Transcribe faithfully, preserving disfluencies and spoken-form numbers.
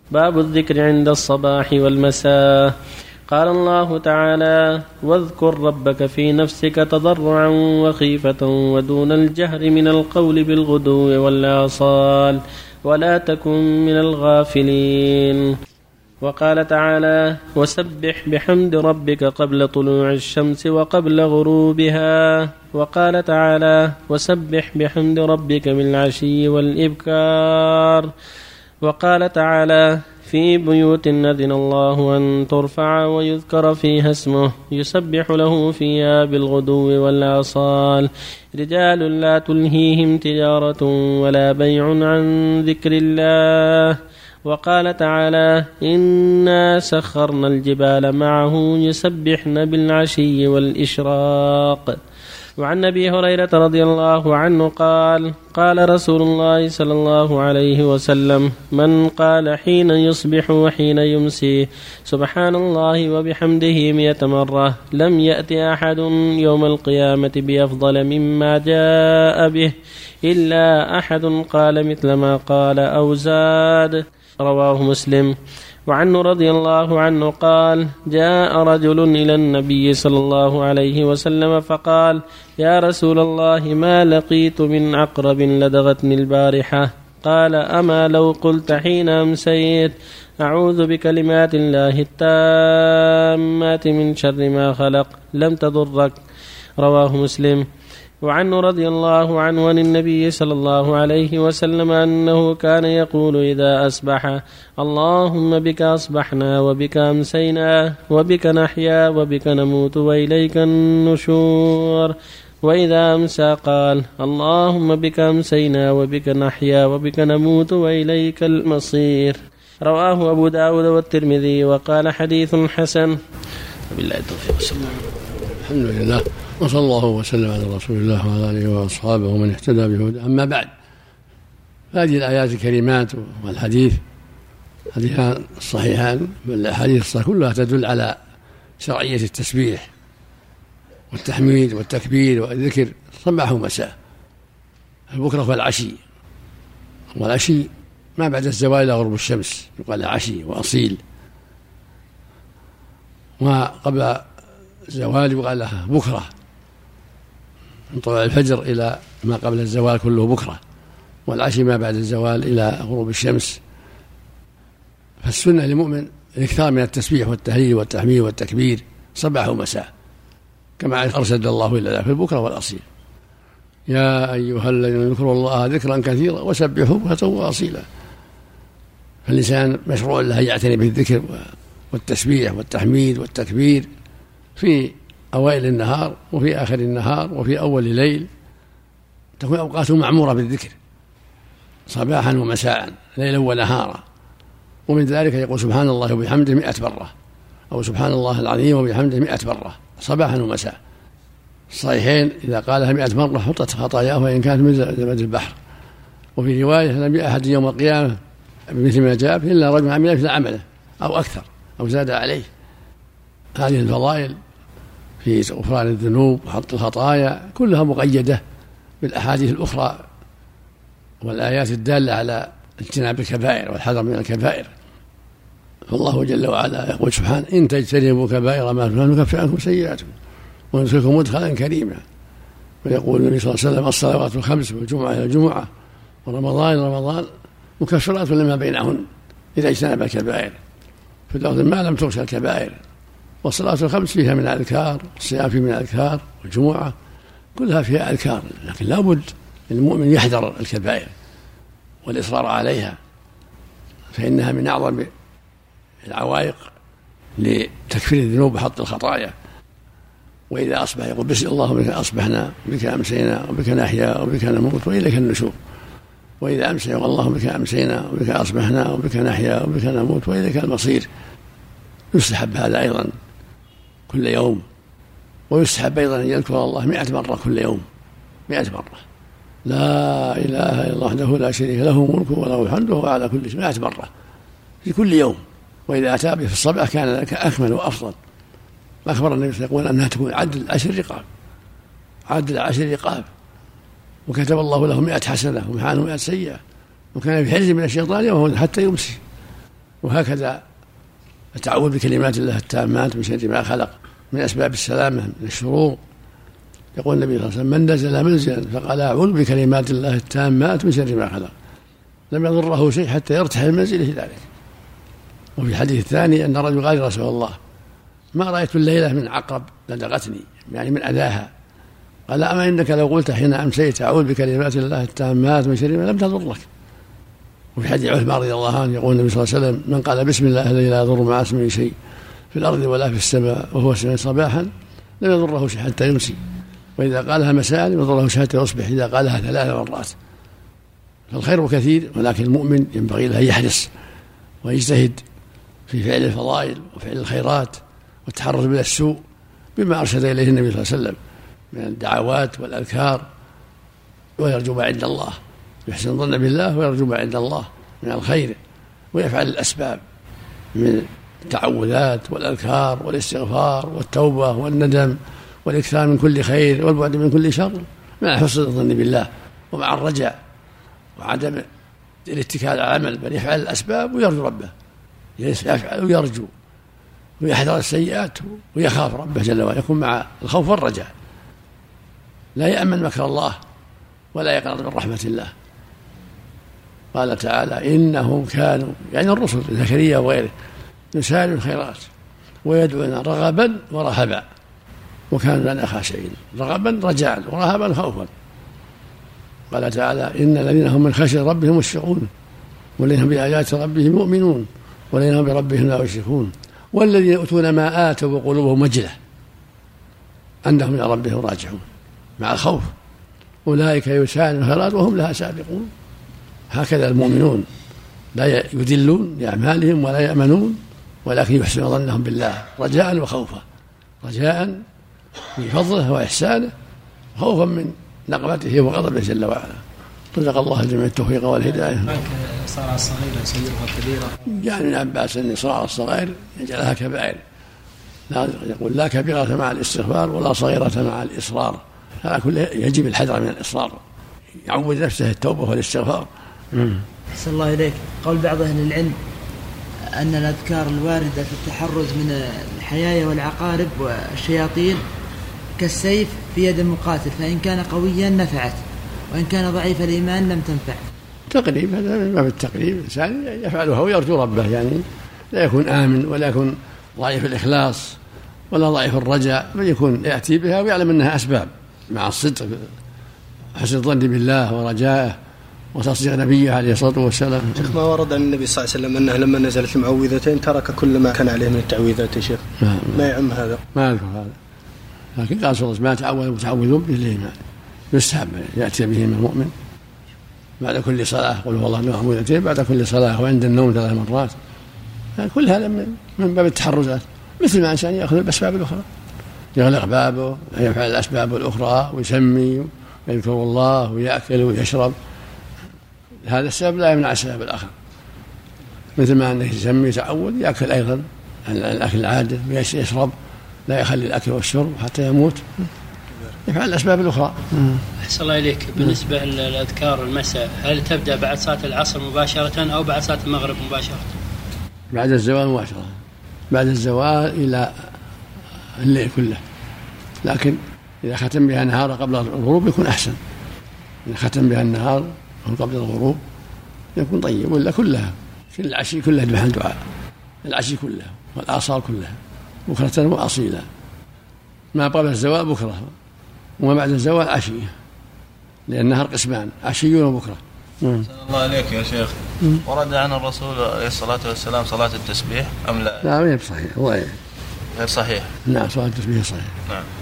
باب الذكر عند الصباح والمساء. قال الله تعالى: واذكر ربك في نفسك تضرعا وخيفة ودون الجهر من القول بالغدو والآصال ولا تكن من الغافلين. وقال تعالى: وسبح بحمد ربك قبل طلوع الشمس وقبل غروبها. وقال تعالى: وسبح بحمد ربك بالعشي والإبكار. وقال تعالى: في بيوت أذن الله أن ترفع ويذكر فيها اسمه يسبح له فيها بالغدو والآصال رجال لا تلهيهم تجارة ولا بيع عن ذكر الله. وقال تعالى: إنا سخرنا الجبال معه يسبحن بالعشي والإشراق. وعن أبي هريرة رضي الله عنه قال: قال رسول الله صلى الله عليه وسلم: من قال حين يصبح وحين يمسي سبحان الله وبحمده مئة مرة لم يأت أحد يوم القيامة بأفضل مما جاء به إلا أحد قال مثل ما قال أو زاد. رواه مسلم. وعنه رضي الله عنه قال: جاء رجل إلى النبي صلى الله عليه وسلم فقال: يا رسول الله ما لقيت من عقرب لدغتني البارحة. قال: أما لو قلت حين أمسيت أعوذ بكلمات الله التامات من شر ما خلق لم تضرك. رواه مسلم. وعنه رضي الله عنه عن النبي صلى الله عليه وسلم أنه كان يقول إذا أصبح: اللهم بك أصبحنا وبك أمسينا وبك نحيا وبك نموت وإليك النشور. وإذا أمسى قال: اللهم بك أمسينا وبك نحيا وبك نموت وإليك المصير. رواه أبو داود والترمذي وقال: حديث حسن. بالله التوفيق. الحمد لله، وصلى الله وسلم على رسول الله وعلى آله وأصحابه ومن اهتدى بهداه. أما بعد، هذه الآيات الكريمات والحديث حديثان الصحيحان والأحاديث الصحيحة كلها تدل على شرعية التسبيح والتحميد والتكبير والذكر صباح ومساء، البكرة والعشي. والعشي ما بعد الزوال إلى غروب الشمس يقال عشي وأصيل، وقبل الزوال يقال لها بكرة، من طلوع الفجر إلى ما قبل الزوال كله بكرة. والعشي ما بعد الزوال إلى غروب الشمس. فالسنة للمؤمن الاكثار من التسبيح والتهليل والتحميد والتكبير صباح ومساء، كما أرشد الله إلى ذلك في البكرة والأصيل. يا أيها الذين اذكروا الله ذكرا كثيرا وسبحوه بكرة وأصيلا. فالإنسان مشروع له يعتني بالذكر والتسبيح والتحميد والتكبير في أوائل النهار وفي آخر النهار وفي أول الليل، تكون أوقاته معمورة بالذكر صباحا ومساء ليلا ونهارا. ومن ذلك يقول سبحان الله وبحمده مئة مرة، أو سبحان الله العظيم وبحمده مئة مرة صباحا ومساء. الصحيحين إذا قالها مئة مرة حطت خطاياه وإن كانت من زبد البحر. وفي رواية لم يأت أحد يوم القيامة بمثل ما جاء إلا رجل عمل مثل عمله أو أكثر أو زاد عليه. هذه الفضائل في غفران الذنوب وحط الخطايا كلها مقيدة بالأحاديث الأخرى والآيات الدالة على اجتناب الكبائر والحذر من الكبائر. فالله جل وعلا يقول سبحانه: إن تجتنبوا كبائر ما تنهون نكفر عنكم سيئاتكم وندخلكم مدخلا كريما. ويقول النبي صلى الله عليه وسلم: الصلوات الخمس والجمعة إلى الجمعة ورمضان رمضان مكفرات لما بينهن إذا اجتنب الكبائر، في اللفظ ما لم تغش الكبائر. والصلاة الخمس فيها من الأذكار، والصيام فيه من الأذكار، والجمعة كلها فيها أذكار، لكن لا بد المؤمن يحذر الكبائر والإصرار عليها، فإنها من أعظم العوائق لتكفير الذنوب وحط الخطايا. وإذا أصبح يقول: بسم الله بك أصبحنا وبك أمسينا وبك نحيا وبك نموت وإليك النشور. وإذا أمسي يقول: اللهم بك أمسينا وبك أصبحنا وبك نحيا وبك نموت وإليك المصير. يستحب هذا أيضا كل يوم. ويستحب أيضا أن يذكر الله مئة مرة كل يوم، مئة مرة: لا إله إلا الله وحده لا شريك له ملكه وله الحمد وهو على كل شيء، مئة مرة في كل يوم. وإذا أتى به في الصباح كان ذلك أكمل وأفضل. أخبر النبي صلى الله عليه وسلم يقول أنها تكون عدل عشر رقاب، عدل عشر رقاب، وكتب الله له مئة حسنة ومحانه مئة سيئة، وكان في حرز من الشيطان يوم حتى يمسي. وهكذا التعوذ بكلمات الله التامات من شر ما خلق من أسباب السلامة من الشرور. يقول النبي صلى الله عليه وسلم: من نزل منزلا فقال أعوذ بكلمات الله التامات من شر ما خلق لم يضره شيء حتى يرتحل منزله ذلك. وفي الحديث الثاني أن رجل قال: يا رسول الله ما رأيت الليلة من عقرب لدغتني، يعني من أذاها. قال: أما إنك لو قلت حين أمسيت أعوذ بكلمات الله التامات من شر ما لم تضرك. وفي حديث عثمان رضي الله عنه يقول النبي صلى الله عليه وسلم: من قال بسم الله الذي لا يضر مع اسمه شيء في الأرض ولا في السماء وهو سمع صباحا لم يضره شيء حتى يمسي، وإذا قالها مساء لم يضره شيء حتى يصبح إذا قالها ثلاث مرات. فالخير كثير، ولكن المؤمن ينبغي له أن يحرص ويجتهد في فعل الفضائل وفعل الخيرات والتحرز من السوء بما أرشد إليه النبي صلى الله عليه وسلم من الدعوات والأذكار، ويرجو ما عند الله، يحسن الظن بالله ويرجو ما عند الله من الخير، ويفعل الأسباب من التعوذات والأذكار والاستغفار والتوبة والندم والإكثار من كل خير والبعد من كل شر مع حسن الظن بالله ومع الرجاء وعدم الاتكال على العمل، بل يفعل الأسباب ويرجو ربه، يفعل ويرجو ويحذر السيئات ويخاف ربه جل وعلا، يكون مع الخوف والرجاء، لا يأمن مكر الله ولا يقنط من رحمة الله. قال تعالى: إنهم كانوا، يعني الرسل زكريا وغيره، يسارعون الخيرات ويدعونا رغبا ورهبا وكانوا لنا خاشعين. رغبا رجاء ورهبا خوفا. قال تعالى: إن الذين هم من خشية ربهم مشفقون والذين هم بآيات ربهم مؤمنون والذين هم بربهم لا يشركون والذين يؤتون ما آتوا وقلوبهم وجلة أنهم إلى ربهم راجعون، مع الخوف. أولئك يسارعون الخيرات وهم لها سابقون. هكذا المؤمنون لا يدلون لأعمالهم ولا يأمنون، ولكن يحسن ظنهم بالله رجاء وخوفا، رجاء من فضله وإحسانه، خوفا من نقمته وغضبه جل وعلا. رزق الله الجميع التوفيق والهداية. صار الصغير يصيرها كبيرة، جاء من عباس أن صار الصغير يجعلها كبائر، لا يقول لا كبيرة مع الاستغفار ولا صغيرة مع الإصرار، هذا كله يجب الحذر من الإصرار، يعود نفسه التوبة والاستغفار. أحسن الله إليك. قول بعض أهل العلم أن الأذكار الواردة في التحرز من الحياة والعقارب والشياطين كالسيف في يد المقاتل، فإن كان قويا نفعت وإن كان ضعيف الإيمان لم تنفع. تقريب، هذا من باب التقريب، الإنسان يفعلها ويرجو ربه، يعني لا يكون آمن ولا يكون ضعيف الإخلاص ولا ضعيف الرجاء، بل يكون يأتي بها ويعلم أنها أسباب مع الصدق، حسن الظن بالله ورجائه وتصديق نبيه عليه الصلاة والسلام. شيخ، ما ورد عن النبي صلى الله عليه وسلم أنه لما نزلت المعوذتين ترك كل ما كان عليه من التعويذات يا شيخ؟ ما, ما يعم هذا؟ ما أذكر هذا، لكن قال صلى الله عليه وسلم: ما تعوذ المتعوذون به يستحب يأتي به من المؤمن بعد كل صلاة، قل هو الله المعوذتين بعد كل صلاة وعند النوم ثلاث مرات، يعني كل هذا من باب التحرزات، مثل ما إنسان يأخذ الأسباب الأخرى، يغلق بابه، يفعل الأسباب الأخرى ويسمي ويذكر الله ويأكل ويشرب، هذا السبب لا يمنع السبب الآخر، مثل ما أنه يسمي يتعود يأكل أيضا الأكل العادة ويشرب، لا يخلي الأكل والشرب حتى يموت، يفعل الأسباب الأخرى. أحسن الله إليك. بالنسبة للأذكار المساء، هل تبدأ بعد صلاة العصر مباشرة أو بعد صلاة المغرب مباشرة؟ بعد الزوال مباشرة، بعد الزوال إلى الليل كله، لكن إذا ختم بها النهار قبل الغروب يكون أحسن، إذا ختم بها النهار قبل الغروب يكون طيب، ولا كلها كل العشي كلها محل دعاء، العشي كلها والآصال كلها بكرة وأصيلا، ما قبل الزوال بكرة وما بعد الزوال عشية، لأن النهار قسمان عشي وبكرة. صلى الله عليك يا شيخ. ورد عن الرسول عليه الصلاة والسلام صلاة التسبيح أم لا؟ لا غير صحيح، غير صحيح. نعم صلاة التسبيح صحيح. نعم.